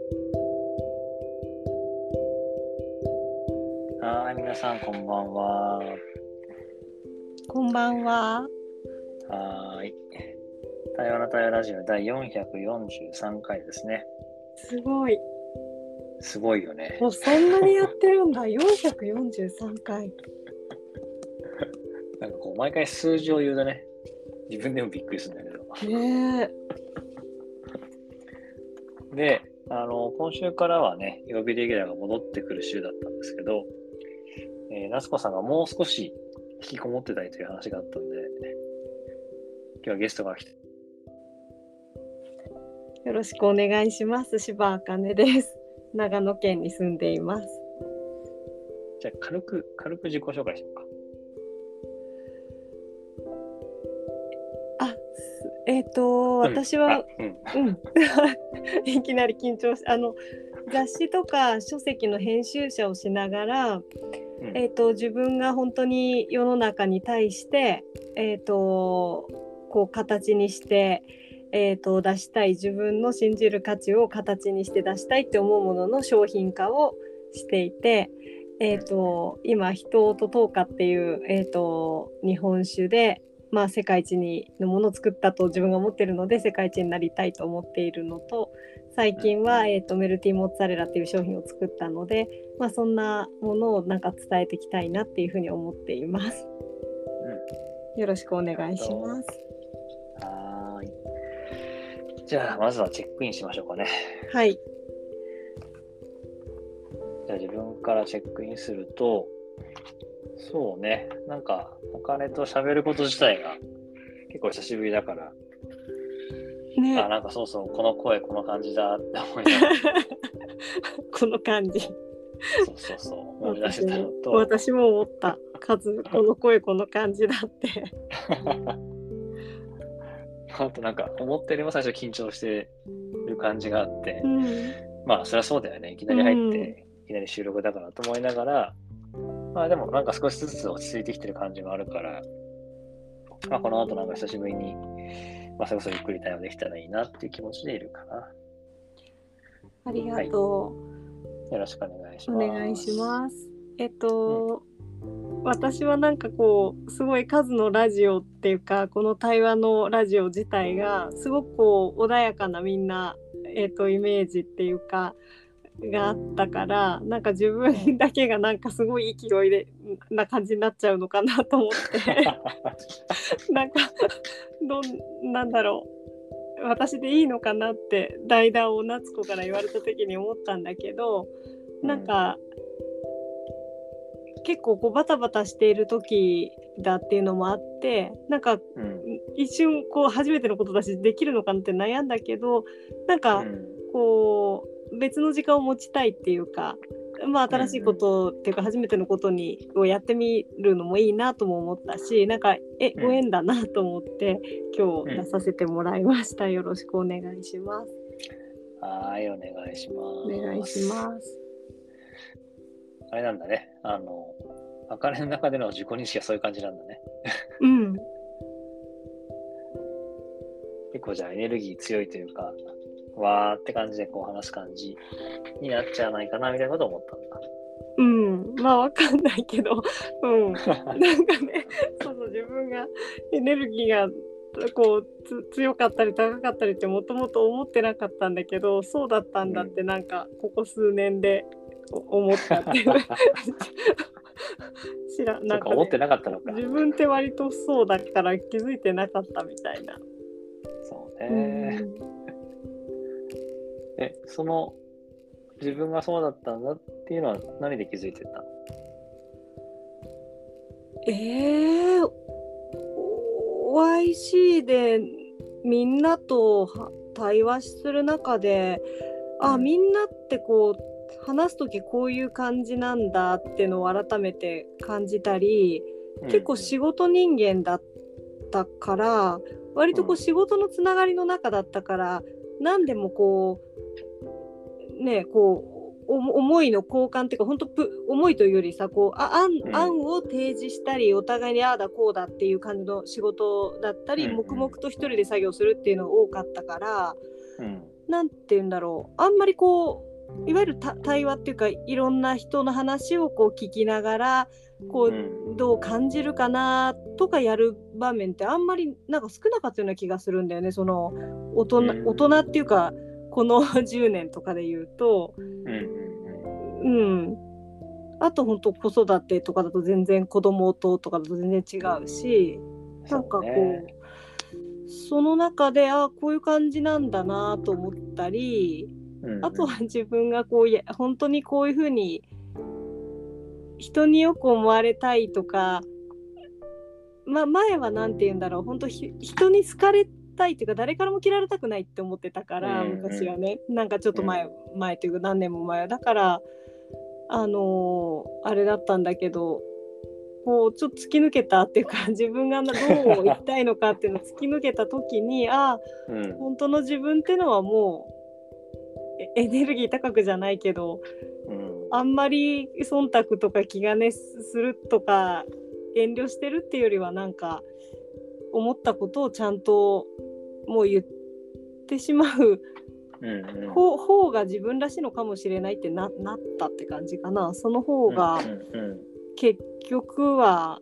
はい、皆さんこんばんは。 こんばんは。 はい。対話の対話ラジオ第443回ですね。 すごい。 すごいよね。 もうそんなにやってるんだ。443回。 なんかこう毎回数字を言うとね、自分でもびっくりするんだけど。 ねえ。 で、今週からはね、曜日レギュラーが戻ってくる週だったんですけど、夏子さんがもう少し引きこもってたいという話があったんで、今日はゲストが来て、 よろしくお願いします。柴あかねです。長野県に住んでいます。 じゃあ軽く自己紹介しようか。 私は、いきなり緊張し、雑誌とか書籍の編集者をしながら、自分が本当に世の中に対して、こう形にして、出したい、自分の信じる価値を形にして出したいって思うものの商品化をしていて、今人と等価っていう、日本酒で、世界一のものを作ったと自分が思っているので世界一になりたいと思っているのと、最近は、メルティモッツァレラっていう商品を作ったので、そんなものをなんか伝えていきたいなっていうふうに思っています。よろしくお願いします。 はい。じゃあまずはチェックインしましょうかね。 はい。 じゃあ自分からチェックインすると、そうね、なんかお金と喋ること自体が結構久しぶりだから、 ね、 なんかそうこの声この感じだって思いながらこの感じそう思い出してたのと、 私も思った。この声この感じだってあとなんか思ったよりも最初緊張してる感じがあって、そりゃそうだよね、いきなり入って、いきなり収録だからと思いながら、でもなんか少しずつ落ち着いてきてる感じもあるから、この後なんか久しぶりに、それこそゆっくり対応できたらいいなっていう気持ちでいるかな。 ありがとう。よろしくお願いします。 お願いします。私はなんかこうすごい数のラジオっていうか、この対話のラジオ自体がすごくこう穏やかなみんな、イメージっていうかがあったから、なんか自分だけがなんかすごい勢いでな感じになっちゃうのかなと思ってなんかなんだろう、私でいいのかなって代打を夏子から言われた時に思ったんだけど、なんか、結構こうバタバタしている時だっていうのもあって、なんか、一瞬こう初めてのことだしできるのかなって悩んだけど、なんかこう別の時間を持ちたいっていうか、新しいことっていうか初めてのことをやってみるのもいいなとも思ったし、なんかご縁だなと思って今日出させてもらいました。よろしくお願いします。 はい、お願いします。 お願いします。 あれなんだね、あかねの中での自己認識はそういう感じなんだね。結構じゃあエネルギー強いというか、わーって感じでこう話す感じになっちゃわないかなみたいなことを思ったんだ。 わかんないけど、なんかね、自分がエネルギーがこう強かったり高かったりってもともと思ってなかったんだけど、そうだったんだってなんかここ数年で思ったっていうなんか思ってなかったのか。 自分って割とそうだから気づいてなかったみたいな。 そうね。その自分がそうだったんだっていうのは何で気づいてた？ OIC でみんなと対話する中で、みんなってこう話すときこういう感じなんだっていうのを改めて感じたり、結構仕事人間だったから、割とこう仕事のつながりの中だったから、何でもこうね、こう思いの交換っていうか、本当思いというよりさ、こう案を提示したり、お互いにああだこうだっていう感じの仕事だったり、黙々と一人で作業するっていうのが多かったから、 なんて言うんだろう、あんまりこういわゆる対話っていうか、いろんな人の話をこう聞きながらこう、どう感じるかなとかやる場面ってあんまりなんか少なかったような気がするんだよね。その大人っていうか、この10年とかで言うと、あと本当子育てとかだと全然子供とかだと全然違うし、なんかこうその中でこういう感じなんだなと思ったり、あとは自分がこう本当にこういうふうに人によく思われたいとか、前はなんて言うんだろう、本当人に好かれたいっていうか、誰からも嫌われたくないって思ってたから、昔はね、なんかちょっと前というか何年も前だからあれだったんだけど、こうちょっと突き抜けたっていうか、自分がどう生きたいのかっていうのを突き抜けた時に本当の自分ってのはもうエネルギー高くじゃないけど、あんまり忖度とか気兼ねするとか遠慮してるっていうよりは、なんか思ったことをちゃんともう言ってしまう方が自分らしいのかもしれないって なったって感じかな。その方が結局は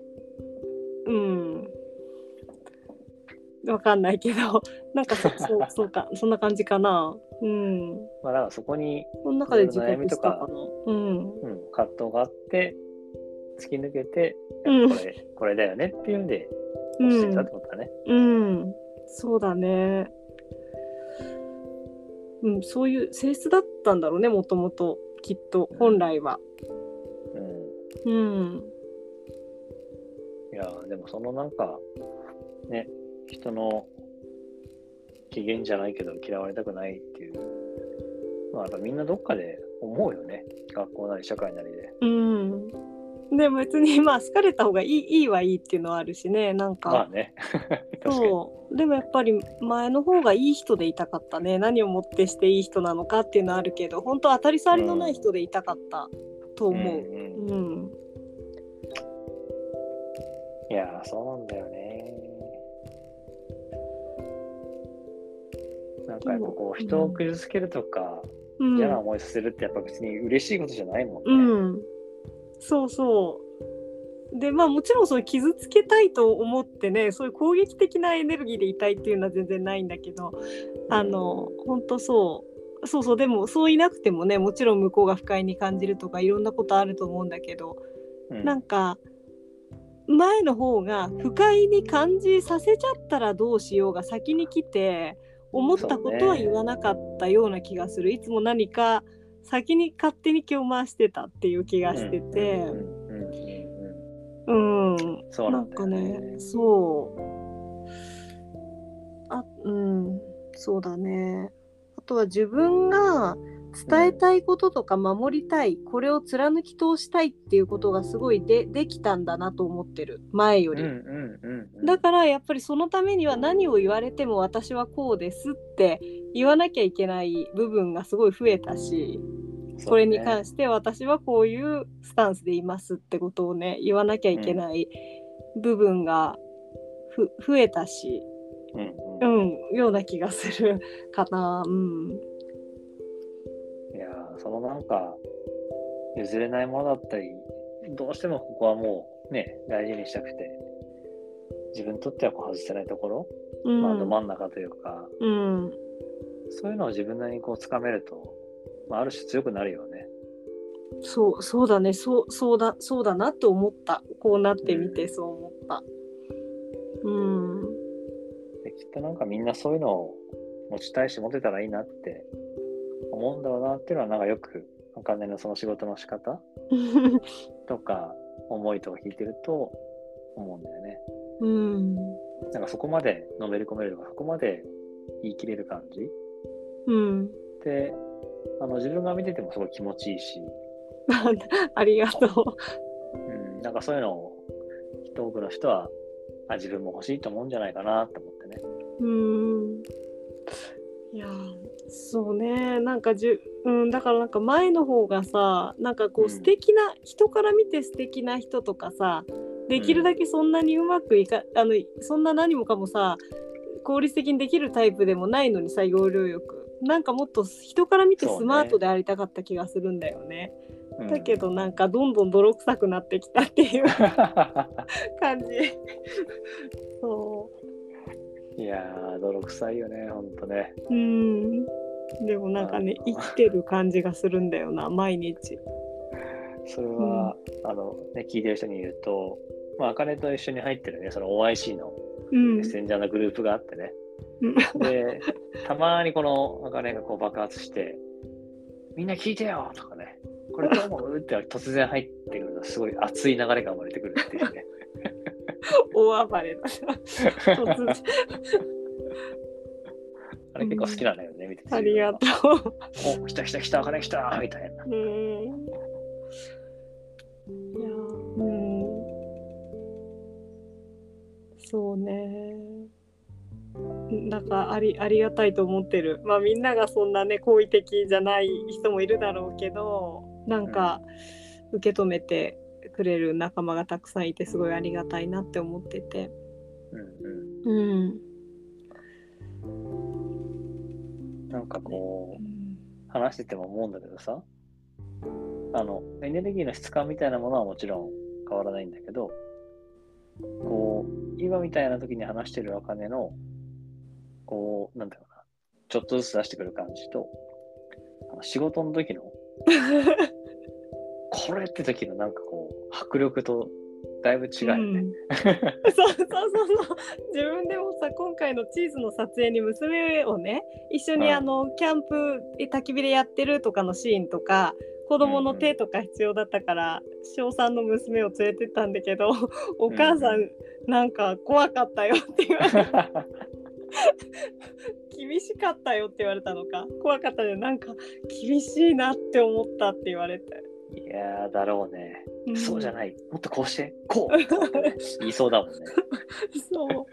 わかんないけど、なんかそうか、そんな感じかな。 だからそこにこの中で自覚したかな。 葛藤があって突き抜けて、これだよねっていうんで落ちてきたってことだね。 そうだね。そういう性質だったんだろうね、もともときっと本来は。 いやでもそのなんかね、人の機嫌じゃないけど嫌われたくないっていう、やっぱみんなどっかで思うよね、学校なり社会なりで。 でも別に好かれた方がいいはいいっていうのはあるしね、なんかねそうでもやっぱり前の方がいい人でいたかったね。何をもってしていい人なのかっていうのはあるけど、本当当たり障りのない人でいたかったと思う。 いやそうなんだよね。なんかやっぱこう人を傷つけるとか、嫌な思いさせるってやっぱ別に嬉しいことじゃないもんね。 そうで、もちろんそういう傷つけたいと思ってね、そういう攻撃的なエネルギーでいたいっていうのは全然ないんだけど、本当そうでもそういなくてもね、もちろん向こうが不快に感じるとかいろんなことあると思うんだけど、なんか前の方が不快に感じさせちゃったらどうしようが先に来て、思ったことは言わなかったような気がする。いつも何か先に勝手に気を回してたっていう気がしてて、 そうなんだよね。 なんかね、そうだね。あとは自分が伝えたいこととか守りたい、これを貫き通したいっていうことがすごいできたんだなと思ってる、前より。だからやっぱりそのためには何を言われても私はこうですって言わなきゃいけない部分がすごい増えたし、これに関して私はこういうスタンスでいますってことをね、言わなきゃいけない部分が増えたし、ような気がするかな。 いやそのなんか譲れないものだったり、どうしてもここはもうね大事にしたくて、自分にとってはこう外せないところ、ど真ん中というか、そういうのを自分なりにこう掴めると、ある種強くなるよね。 そうだね、そうだなと思った。こうなってみてそう思った。 できっとなんかみんなそういうのを持ちたいし持てたらいいなって思うんだろうなっていうのは、なんかよくあかねのその仕事の仕方とか思いとか聞いてると思うんだよね。なんかそこまでのめり込めるとか、そこまで言い切れる感じ、で自分が見ててもすごい気持ちいいしありがとう。なんかそういうのを多くの人は自分も欲しいと思うんじゃないかなと思ってね。 いやそうね、なんかだからなんか前の方がさ、なんかこう素敵な、人から見て素敵な人とかさ、できるだけそんなにうまくいか、そんな何もかもさ効率的にできるタイプでもないのにさ、要領よくなんかもっと人から見てスマートでありたかった気がするんだよね。だけどなんかどんどん泥臭くなってきたっていう感じそう。 いやー泥臭いよねほんとね。 でもなんかね生きてる感じがするんだよな毎日。 それは、ね、聞いてる人に言うと、まあ、あかねと一緒に入ってるね、その OIC のメッセンジャーのグループがあってね。で、たまにこのあかねがこう爆発して、みんな聞いてよとかね、これどう思うって突然入ってくると、すごい熱い流れが生まれてくるっていうね。 大暴れだ。 あれ結構好きなんだよね、見てて。 ありがとう。 お、来た来た来た、あかね来たみたいな。 いや、そうね。なんかありがたいと思ってる。まあみんながそんなね好意的じゃない人もいるだろうけど、なんか受け止めてくれる仲間がたくさんいてすごいありがたいなって思ってて。 なんかこう、話してても思うんだけどさ、エネルギーの質感みたいなものはもちろん変わらないんだけど、こう今みたいな時に話してるあかねのこうなんだろうな、ちょっとずつ出してくる感じと、仕事の時のこれって時のなんかこう迫力とだいぶ違うよね。 そう自分でもさ今回のチーズの撮影に娘をね一緒にキャンプ焚き火でやってるとかのシーンとか子供の手とか必要だったから小3の娘を連れてったんだけど、お母さんなんか怖かったよって言われて厳しかったよって言われたのか怖かったでなんか厳しいなって思ったって言われて。 いやーだろうね、そうじゃないもっとこうしてこう言いそうだもんね。 そう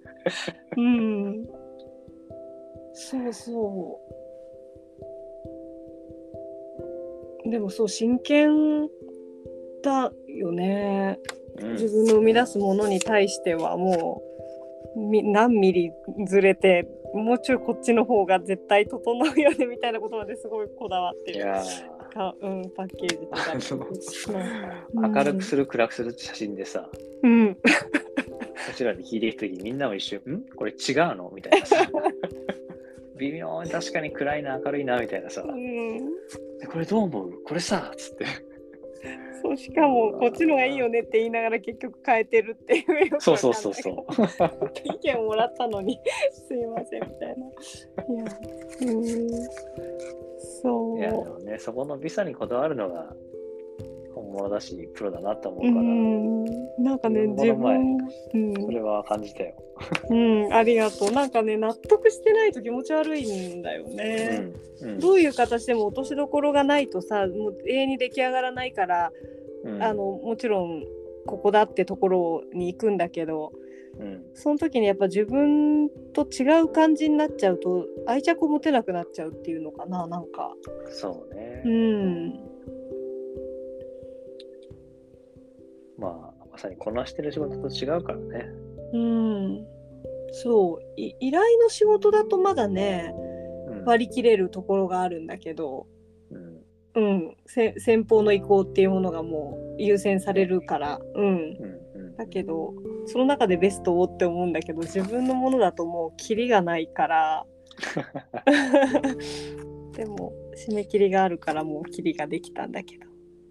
そうでもそう真剣だよね、自分の生み出すものに対してはもう何ミリずれてもうちょいこっちの方が絶対整うよねみたいなことまですごいこだわってる。パッケージとか明るくする暗くするって写真でさ、こちらに聞いていくときみんなも一瞬これ違うのみたいなさ微妙に確かに暗いな明るいなみたいなさ、これどう思うこれさつってそうしかもこっちのがいいよねって言いながら結局変えてるっていうよ。 そう意見をもらったのにすいませんみたいな。そういやでもねそこの美さにこだわるのが本物だしプロだなと思うから、 なんかね自分それは感じたよ。 ありがとう。なんかね納得してないと気持ち悪いんだよね、どういう形でも落としどころがないとさもう永遠に出来上がらないから、もちろんここだってところに行くんだけど、その時にやっぱ自分と違う感じになっちゃうと愛着を持てなくなっちゃうっていうのかな、なんかそうね、まさにこなしてる仕事と違うからね。 そう依頼の仕事だとまだね、割り切れるところがあるんだけど、先方の意向っていうものがもう優先されるから、だけどその中でベストをって思うんだけど自分のものだともうキリがないからでも締め切りがあるからもうキリができたんだけど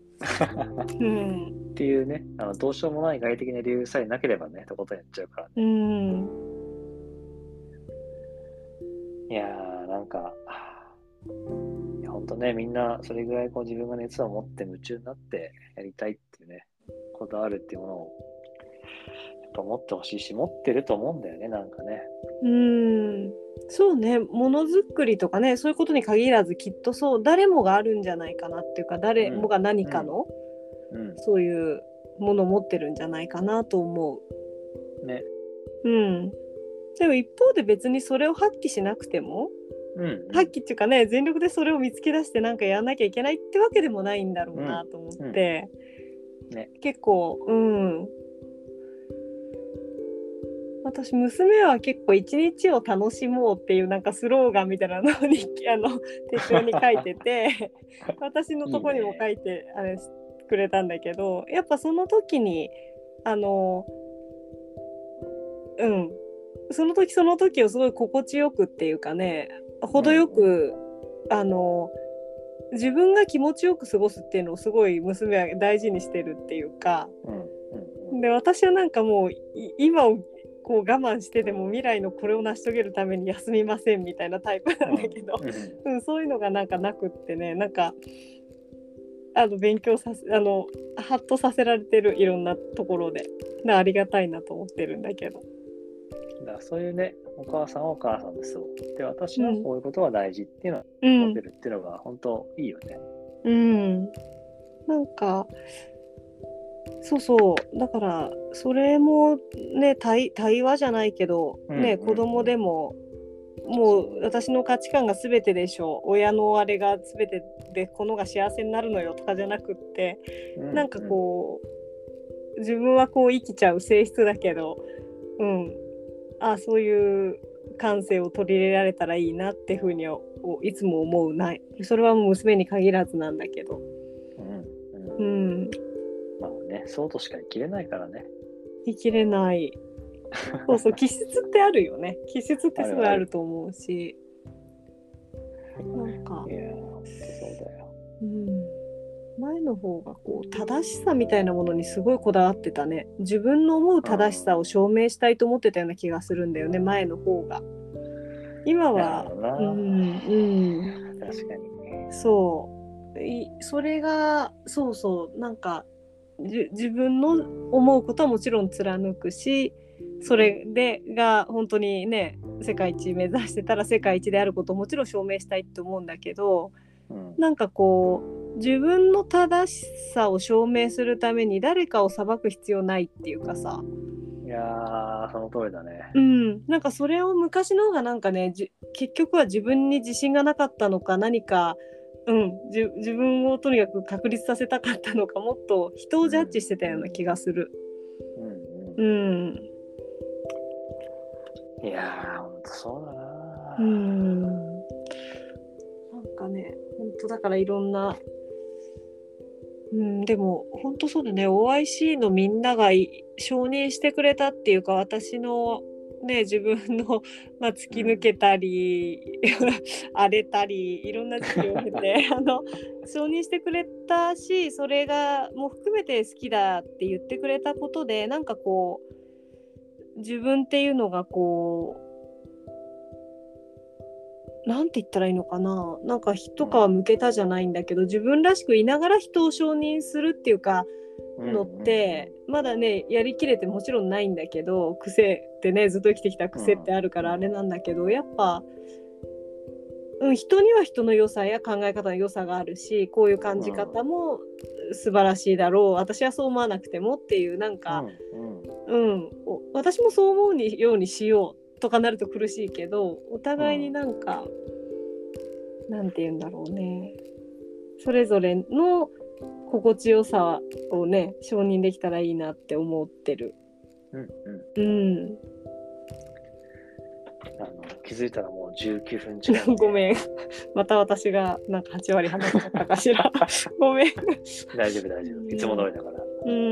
っていうねどうしようもない外的な理由さえなければねとことやっちゃうからね。いやーなんかほんとねみんなそれぐらいこう自分が熱を持って夢中になってやりたいっていうねこだわるっていうものをやっぱ持ってほしいし持ってると思うんだよねなんかね。 そうねものづくりとかねそういうことに限らずきっとそう誰もがあるんじゃないかなっていうか誰もが何かの、そういうものを持ってるんじゃないかなと思う。ね。でも一方で別にそれを発揮しなくても、発揮っていうかね全力でそれを見つけ出してなんかやんなきゃいけないってわけでもないんだろうなと思って、結構私娘は結構一日を楽しもうっていうなんかスローガンみたいなのに手帳に書いてて私のとこにも書いてあれくれたんだけど、やっぱその時にその時その時をすごい心地よくっていうかね、程よく、自分が気持ちよく過ごすっていうのをすごい娘は大事にしてるっていうか、で私はなんかもう今をこう我慢してでも未来のこれを成し遂げるために休みませんみたいなタイプなんだけど、そういうのがなんかなくってね、なんか勉強させハッとさせられてる、いろんなところでありがたいなと思ってるんだけど。 だそういうね、お母さんはお母さんですよ。で、私はこういうことが大事っていうのを思ってるっていうのが本当いいよね。 なんかそうそうだからそれもね対話じゃないけど、子供でももう私の価値観が全てでしょう、親のあれが全てでこのが幸せになるのよとかじゃなくって、なんかこう自分はこう生きちゃう性質だけど、そういう感性を取り入れられたらいいなっていうふうにいつも思うな。それはもう娘に限らずなんだけど、 まあね、そうとしか生きれないからね。 生きれない。そう気質ってあるよね。気質ってすごいあると思うし、なんかいや本当そうだよ。 前の方がこう正しさみたいなものにすごいこだわってたね。自分の思う正しさを証明したいと思ってたような気がするんだよね、前の方が。今は確かにね。 それがなんか自分の思うことはもちろん貫くし、それが本当にね世界一目指してたら世界一であることをもちろん証明したいと思うんだけど、なんかこう自分の正しさを証明するために誰かを裁く必要ないっていうかさ。 いやーその通りだね。 なんかそれを昔の方がなんかね結局は自分に自信がなかったのか何か、自分をとにかく確立させたかったのか、もっと人をジャッジしてたような気がする。 いやーほんとそうだな。 なんかね本当だからいろんなでも本当そうだね、 OIC のみんなが承認してくれたっていうか、私のね自分の、突き抜けたり荒れたりいろんな時期を経て承認してくれたし、それがもう含めて好きだって言ってくれたことで、なんかこう自分っていうのがこうなんて言ったらいいのかな、なんか一皮向けたじゃないんだけど、自分らしくいながら人を承認するっていうかのってまだねやりきれてもちろんないんだけど、癖ってねずっと生きてきた癖ってあるからあれなんだけど、やっぱ、人には人の良さや考え方の良さがあるし、こういう感じ方も素晴らしいだろう、私はそう思わなくてもっていう、なんか私もそう思うようにしようとかなると苦しいけど、お互いになんか、なんて言うんだろうね、それぞれの心地よさをね承認できたらいいなって思ってる。 気づいたらもう19分近くごめん、また私がなんか8割話しちゃったかしらごめん。 大丈夫いつも通りだから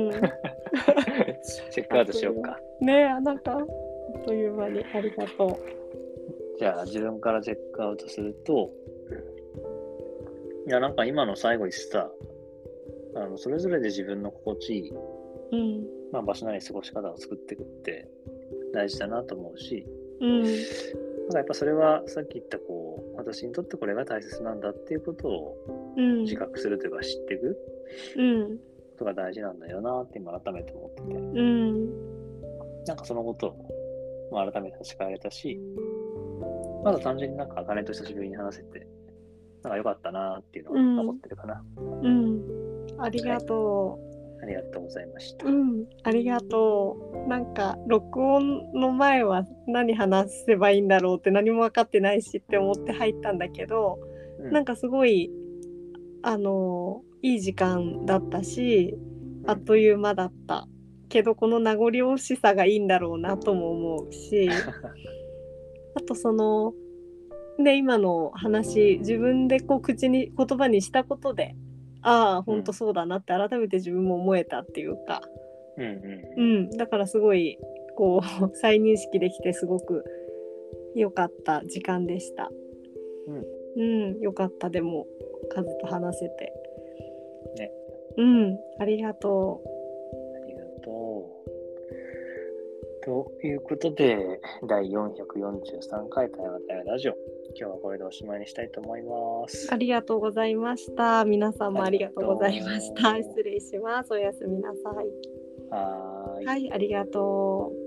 チェックアウトしようかね。なんかあっという間にありがとう。 じゃあ自分からチェックアウトすると、いやなんか今の最後にしたそれぞれで自分の心地いい、場所なり過ごし方を作っていくって大事だなと思うし、なんかやっぱそれはさっき言ったこう私にとってこれが大切なんだっていうことを自覚するというか知っていくことが大事なんだよなって今改めて思ってて、なんかそのことを改めて立ち返れたし、まだ単純になんか茜と久しぶりに話せてなんか良かったなっていうのが残ってるかな。 ありがとう。 ありがとうございました。 ありがとう。なんか録音の前は何話せばいいんだろうって何も分かってないしって思って入ったんだけど、なんかすごいいい時間だったし、あっという間だったけどこの名残惜しさがいいんだろうなとも思うしあとそのね今の話自分でこう言葉にしたことでああ本当そうだなって改めて自分も思えたっていうか、だからすごいこう再認識できてすごく良かった時間でした。良かったでもカズと話せて。 ね。 ありがとう。 ありがとう。ということで、第443回対話対話ラジオ。今日はこれでおしまいにしたいと思います。 ありがとうございました。皆さんもありがとうございました。失礼します。おやすみなさい。 はい、 ありがとう。